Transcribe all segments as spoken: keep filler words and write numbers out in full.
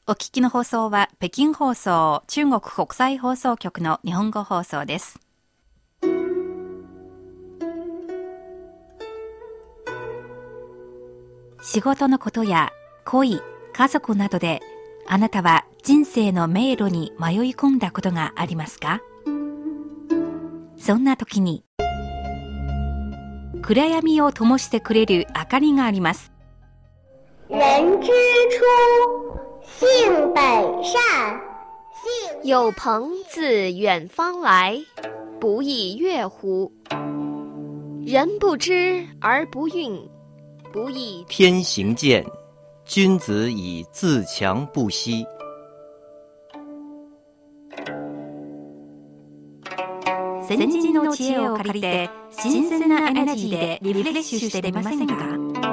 お聞きの放送は北京放送中国国際放送局の日本語放送です。仕事のことや恋、家族などであなたは人生の迷路に迷い込んだことがありますか？そんな時に暗闇を灯してくれる明かりがあります。 人之初性本善， 有朋自遠方來，不亦樂乎？人不知而不愠，不亦天行健，君子以自強不息。 先人の知恵を借りて新鮮なエナジーでリフレッシュしてみませんか？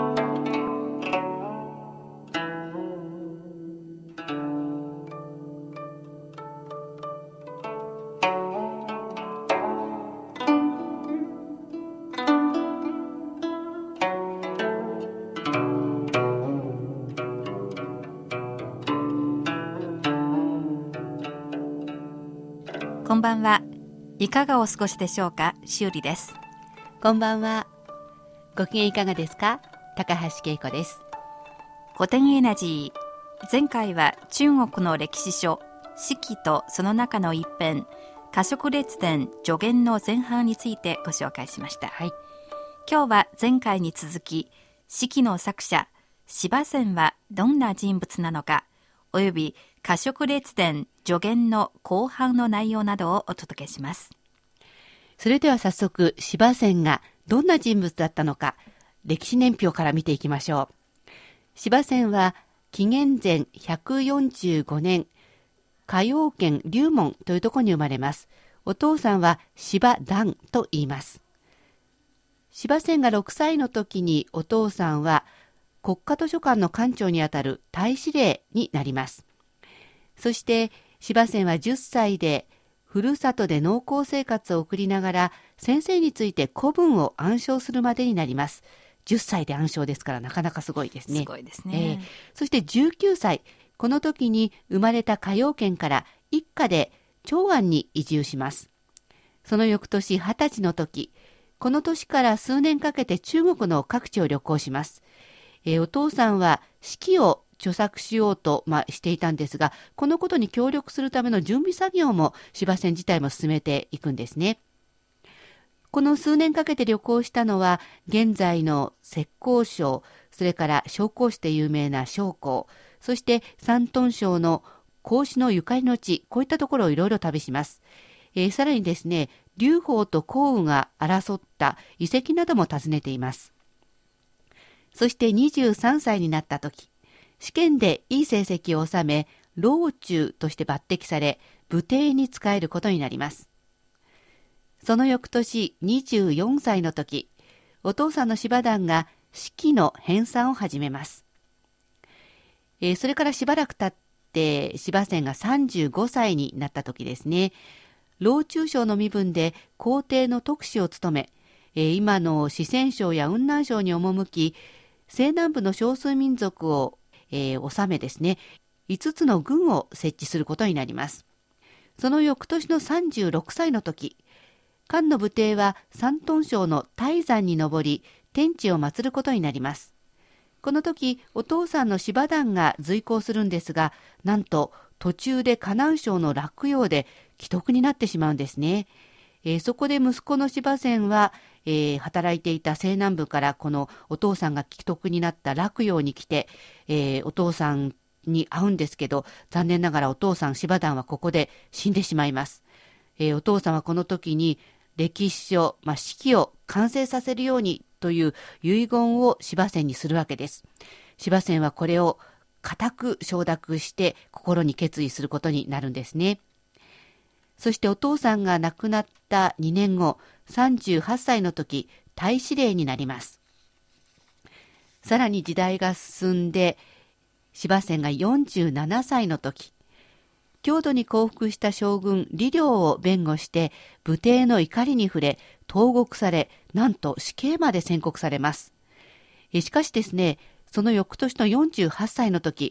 こんばんは。いかがお過ごしでしょうか？しおりです。 こんばんは。ご機嫌いかがですか？高橋恵子です。 古典エナジー。前回は中国の歴史書史記とその中の一編華燭列伝序言の前半についてご紹介しました、はい、今日は前回に続き史記の作者司馬遷はどんな人物なのかおよび華燭列伝序言の後半の内容などをお届けします。 それでは早速司馬遷がどんな人物だったのか歴史年表から見ていきましょう。司馬遷は紀元前ひゃくよんじゅうごねん華陽県龍門というところに生まれます。お父さんは司馬談と言います。司馬遷がろくさいの時にお父さんは国家図書館の館長にあたる大司令になります。そして司馬遷はじゅっさいでふるさとで農耕生活を送りながら先生について古文を暗唱するまでになります。じゅっさいで暗唱ですからなかなかすごいですね。 すごいですね、 えー、そしてじゅうきゅうさい、この時に生まれた華陽県から一家で長安に移住します。その翌年はたちの時、この年から数年かけて中国の各地を旅行します。えー、お父さんは史記を著作しようと、まあ、していたんですが、このことに協力するための準備作業も司馬遷自体も進めていくんですね。この数年かけて旅行したのは現在の浙江省、それから紹興酒で有名な紹興、そして山東省の孔子のゆかりの地、こういったところをいろいろ旅します。えー、さらにですね、劉邦と項羽が争った遺跡なども訪ねています。そしてにじゅうさんさいになった時、試験でいい成績を収め、郎中として抜擢され、武帝に仕えることになります。その翌年にじゅうよんさいの時、お父さんの司馬談が史記の編纂を始めます。えー、それからしばらく経って司馬遷がさんじゅうごさいになった時ですね、郎中省の身分で皇帝の特使を務め、えー、今の四川省や雲南省に赴き、西南部の少数民族をえー、治めですね、いつつの郡を設置することになります。その翌年のさんじゅうろくさいの時、漢の武帝は山東省の泰山に登り、天地を祀ることになります。この時、お父さんの司馬談が随行するんですが、なんと途中で河南省の洛陽で危篤になってしまうんですね。えー、そこで息子の司馬遷は、えー、働いていた西南部からこのお父さんが危篤になった洛陽に来て、えー、お父さんに会うんですけど、残念ながらお父さん司馬談はここで死んでしまいます。えー、お父さんはこの時に歴史書、まあ、史記を完成させるようにという遺言を司馬遷にするわけです。司馬遷はこれを固く承諾して心に決意することになるんですね。そしてお父さんが亡くなったにねんご、さんじゅうはっさいの時、大司令になります。さらに時代が進んで、司馬遷がよんじゅうななさいの時、郷土に降伏した将軍李陵を弁護して武帝の怒りに触れ投獄され、なんと死刑まで宣告されます。しかしですね、その翌年のよんじゅうはっさいの時、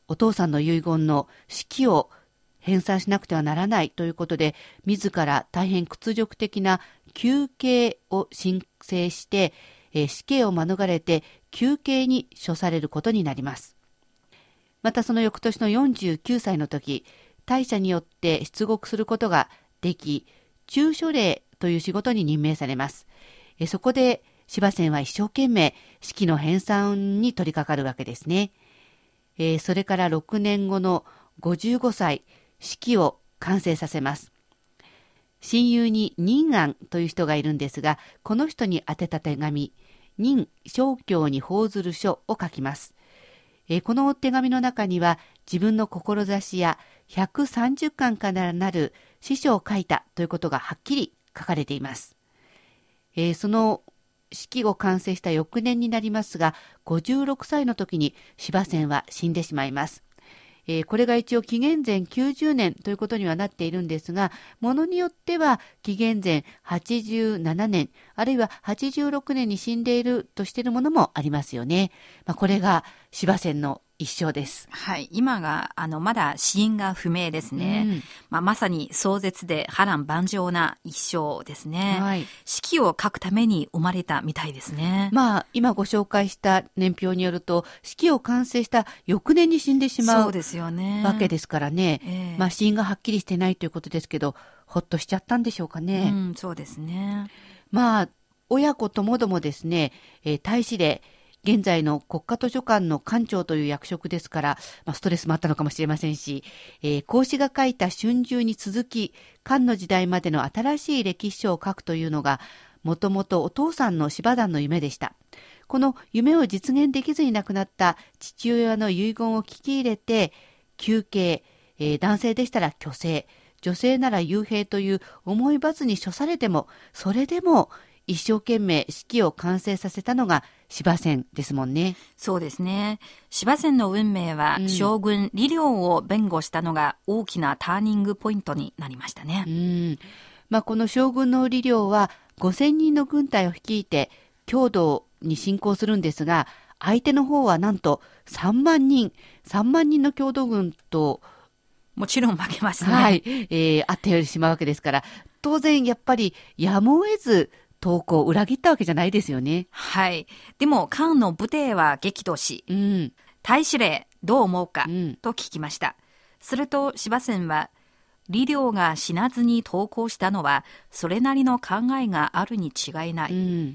お父さんの遺言の式を返済しなくてはならないということで、自ら大変屈辱的な求刑を申請して、えー、死刑を免れて求刑に処されることになります。またその翌年のよんじゅうきゅうさいの時、大社によって出獄することができ、中書令という仕事に任命されます。えー、そこで司馬遷は一生懸命式の編纂に取り掛かるわけですね。えー、それからろくねんごのごじゅうごさい、式を完成させます。親友に任安という人がいるんですが、この人に宛てた手紙、任正教に報ずる書を書きます。えー、この手紙の中には自分の志やひゃくさんじゅっかんからなる司書を書いたということがはっきり書かれています。えー、その式を完成した翌年になりますが、ごじゅうろくさいの時に司馬遷は死んでしまいます。えー、これが一応紀元前きゅうじゅうねんということにはなっているんですが、ものによっては紀元前はちじゅうななねん、あるいははちじゅうろくねんに死んでいるとしているものもありますよね。まあ、これが司馬遷の一生です。 はい。今が、あの、まだ死因が不明ですね。うん、まあ、まさに壮絶で波乱万丈な一生ですね。はい。式を書くために生まれたみたいですね。 まあ、今ご紹介した年表によると、式を完成した翌年に死んでしまう。 そうですよね。 わけですからね。 えー、 まあ、死因がはっきりしてないということですけど、ほっとしちゃったんでしょうかね。 うん、そうですね。 まあ、親子ともどもですね、えー、大使で、現在の国家図書館の館長という役職ですから、まあ、ストレスもあったのかもしれませんし、えー、孔子が書いた春秋に続き、漢の時代までの新しい歴史書を書くというのが、もともとお父さんの司馬談の夢でした。この夢を実現できずに亡くなった父親の遺言を聞き入れて、求刑、えー、男性でしたら虚勢、女性なら幽閉という重い罰に処されても、それでも一生懸命式を完成させたのが司馬遷ですもんね。 そうですね。司馬遷の運命は、うん、将軍李陵を弁護したのが大きなターニングポイントになりましたね。 うん、まあ、この将軍の李陵はごせんにんの軍隊を率いて匈奴に侵攻するんですが、相手の方はなんとさんまんにん、さんまんにんの匈奴軍ともちろん負けますね。 はい、えー、あってしまうわけですから、当然やっぱりやむを得ず投稿を裏切ったわけじゃないですよね。 はい。でも漢の武帝は激怒し、 うん、 大司令どう思うか、 うん、 と聞きました。すると司馬遷は、李陵が死なずに投稿したのはそれなりの考えがあるに違いない、うん、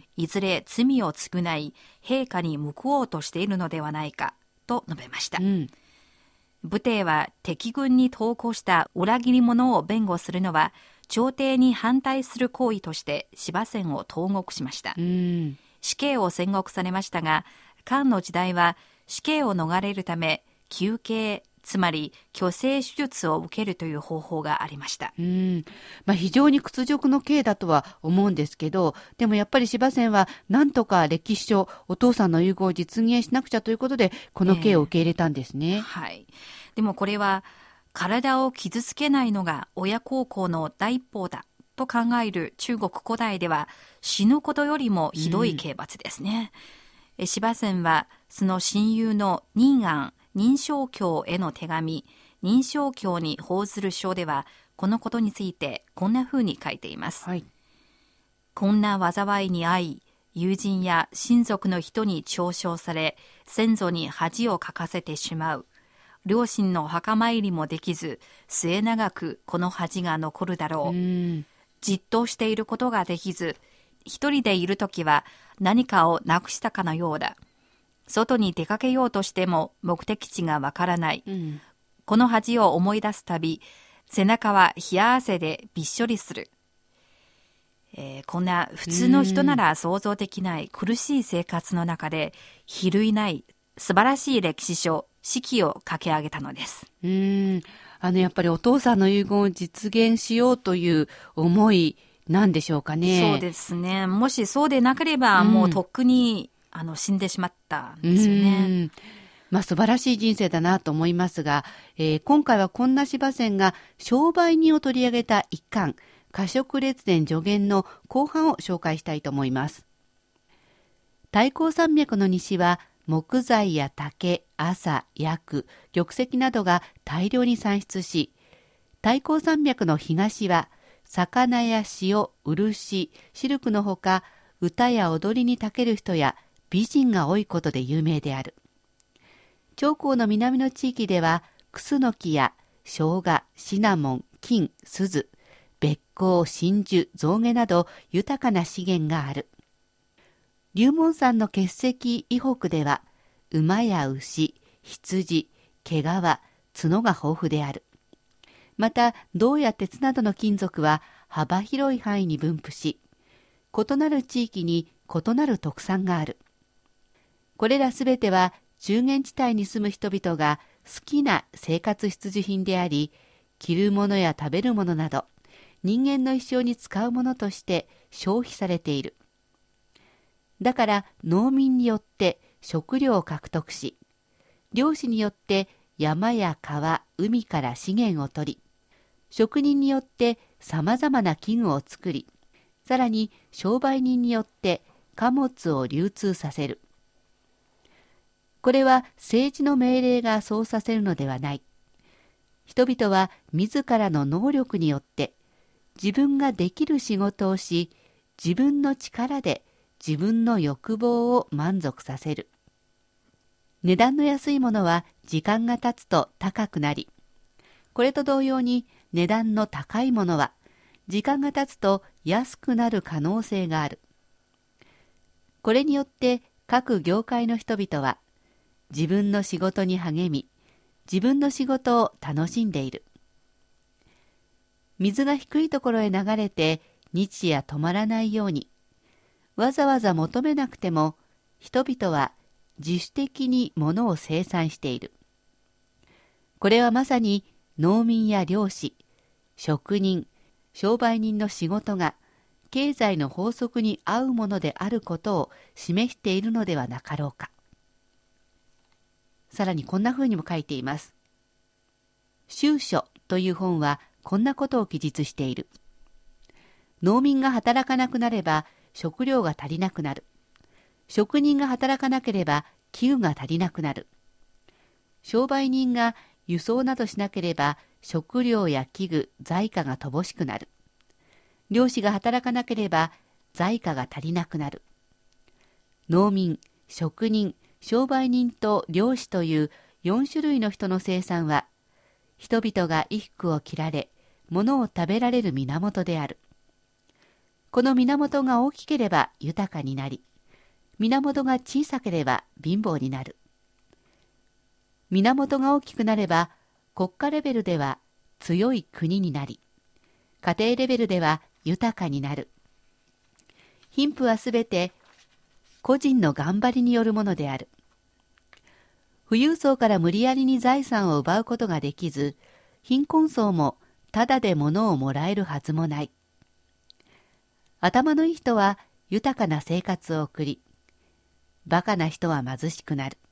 いずれ罪を償い陛下に報おうとしているのではないかと述べました。うん、武帝は敵軍に投降した裏切り者を弁護するのは朝廷に反対する行為として司馬遷を投獄しました。 うん、 死刑を宣告されましたが、漢の時代は死刑を逃れるため求刑、つまり去勢手術を受けるという方法がありました。 うん、まあ、非常に屈辱の刑だとは思うんですけど、でもやっぱり司馬遷はなんとか歴史書、お父さんの遺言を実現しなくちゃということでこの刑を受け入れたんですね。 えー、はい。でもこれは体を傷つけないのが親孝行の第一歩だと考える中国古代では死ぬことよりもひどい刑罰ですね。うん、司馬遷はその親友の任安、任正教への手紙、任正教に報ずる書ではこのことについてこんな風に書いています。 はい、 こんな災いに遭い、友人や親族の人に嘲笑され、先祖に恥をかかせてしまう。両親の墓参りもできず、末永くこの恥が残るだろう。 うん、 じっとしていることができず、一人でいるときは何かをなくしたかのようだ。外に出かけようとしても目的地がわからない。 うん、 この恥を思い出すたび、背中は冷や汗でびっしょりする。えー、こんな普通の人なら想像できない苦しい生活の中で、比類ない素晴らしい歴史書、式を書き上げたのです。 うーん、あのやっぱりお父さんの遺言を実現しようという思いなんでしょうかね。 そうですね。もしそうでなければ、うん、もうとっくにあの死んでしまったんですよね。 うん、まあ、素晴らしい人生だなと思いますが、えー、今回はこんな司馬遷が商売人を取り上げた一巻、華飾列伝序言の後半を紹介したいと思います。太閤山脈の西は木材や竹、麻、薬、玉石などが大量に産出し、太行山脈の東は魚や塩、漆、シルクのほか、歌や踊りに長ける人や美人が多いことで有名である。長江の南の地域では、クスノキや生姜、シナモン、金、鈴、べっこう、真珠、象牙など豊かな資源がある。龍門山の結石以北では、馬や牛、羊、毛皮、角が豊富である。また、銅や鉄などの金属は幅広い範囲に分布し、異なる地域に異なる特産がある。これらすべては中原地帯に住む人々が好きな生活必需品であり、着るものや食べるものなど、人間の一生に使うものとして消費されている。だから農民によって食料を獲得し、漁師によって山や川、海から資源を取り、職人によって様々な器具を作り、さらに商売人によって貨物を流通させる。これは政治の命令がそうさせるのではない。人々は自らの能力によって自分ができる仕事をし、自分の力で自分の欲望を満足させる。値段の安いものは時間が経つと高くなり、これと同様に値段の高いものは時間が経つと安くなる可能性がある。これによって各業界の人々は自分の仕事に励み、自分の仕事を楽しんでいる。水が低いところへ流れて日夜止まらないように、わざわざ求めなくても人々は自主的に物を生産している。これはまさに農民や漁師、職人、商売人の仕事が経済の法則に合うものであることを示しているのではなかろうか。さらにこんな風にも書いています。秋書という本はこんなことを記述している。農民が働かなくなれば食料が足りなくなる。職人が働かなければ器具が足りなくなる。商売人が輸送などしなければ食料や器具、財貨が乏しくなる。漁師が働かなければ財貨が足りなくなる。農民、職人、商売人と漁師というよん種類の人の生産は、人々が衣服を着られ、物を食べられる源である。この源が大きければ豊かになり、源が小さければ貧乏になる。源が大きくなれば、国家レベルでは強い国になり、家庭レベルでは豊かになる。貧富はすべて個人の頑張りによるものである。富裕層から無理やりに財産を奪うことができず、貧困層もただで物をもらえるはずもない。頭のいい人は豊かな生活を送り、バカな人は貧しくなる。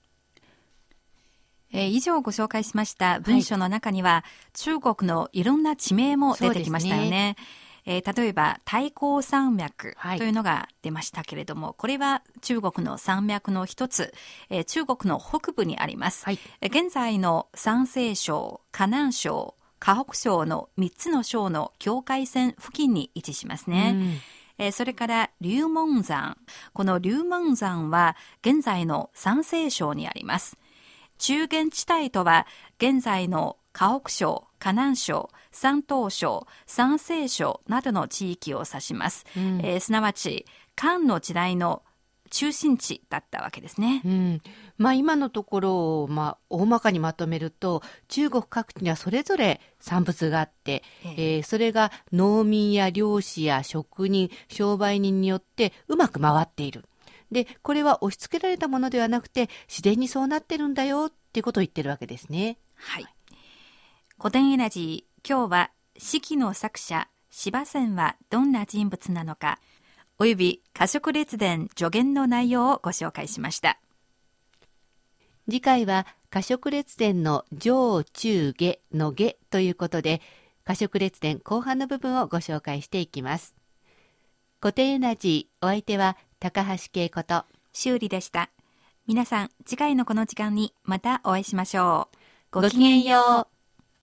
えー、以上ご紹介しました文章の中には、はい、中国のいろんな地名も出てきましたよね。えー、例えば太行山脈というのが出ましたけれども、はい、これは中国の山脈の一つ、えー、中国の北部にあります。はい、現在の山西省、河南省、河北省のみっつの省の境界線付近に位置しますね。うんえー、それから龍門山。この龍門山は現在の山西省にあります。中原地帯とは現在の河北省、河南省、山東省、山西省などの地域を指します。うんえー、すなわち漢の時代の中心地だったわけですね。 うんまあ、今のところを、まあ、大まかにまとめると、中国各地にはそれぞれ産物があって、えーえー、それが農民や漁師や職人、商売人によってうまく回っている。で、これは押し付けられたものではなくて、自然にそうなってるんだよっていうことを言ってるわけですね。 はい。古典エナジー、今日は四季の作者、司馬遷はどんな人物なのか、および華飾列伝助言の内容をご紹介しました。 次回は華飾列伝の上中下の下ということで、華飾列伝後半の部分をご紹介していきます。古典エナジー、お相手は高橋恵子と修理でした。 皆さん、次回のこの時間にまたお会いしましょう。ごきげんよう。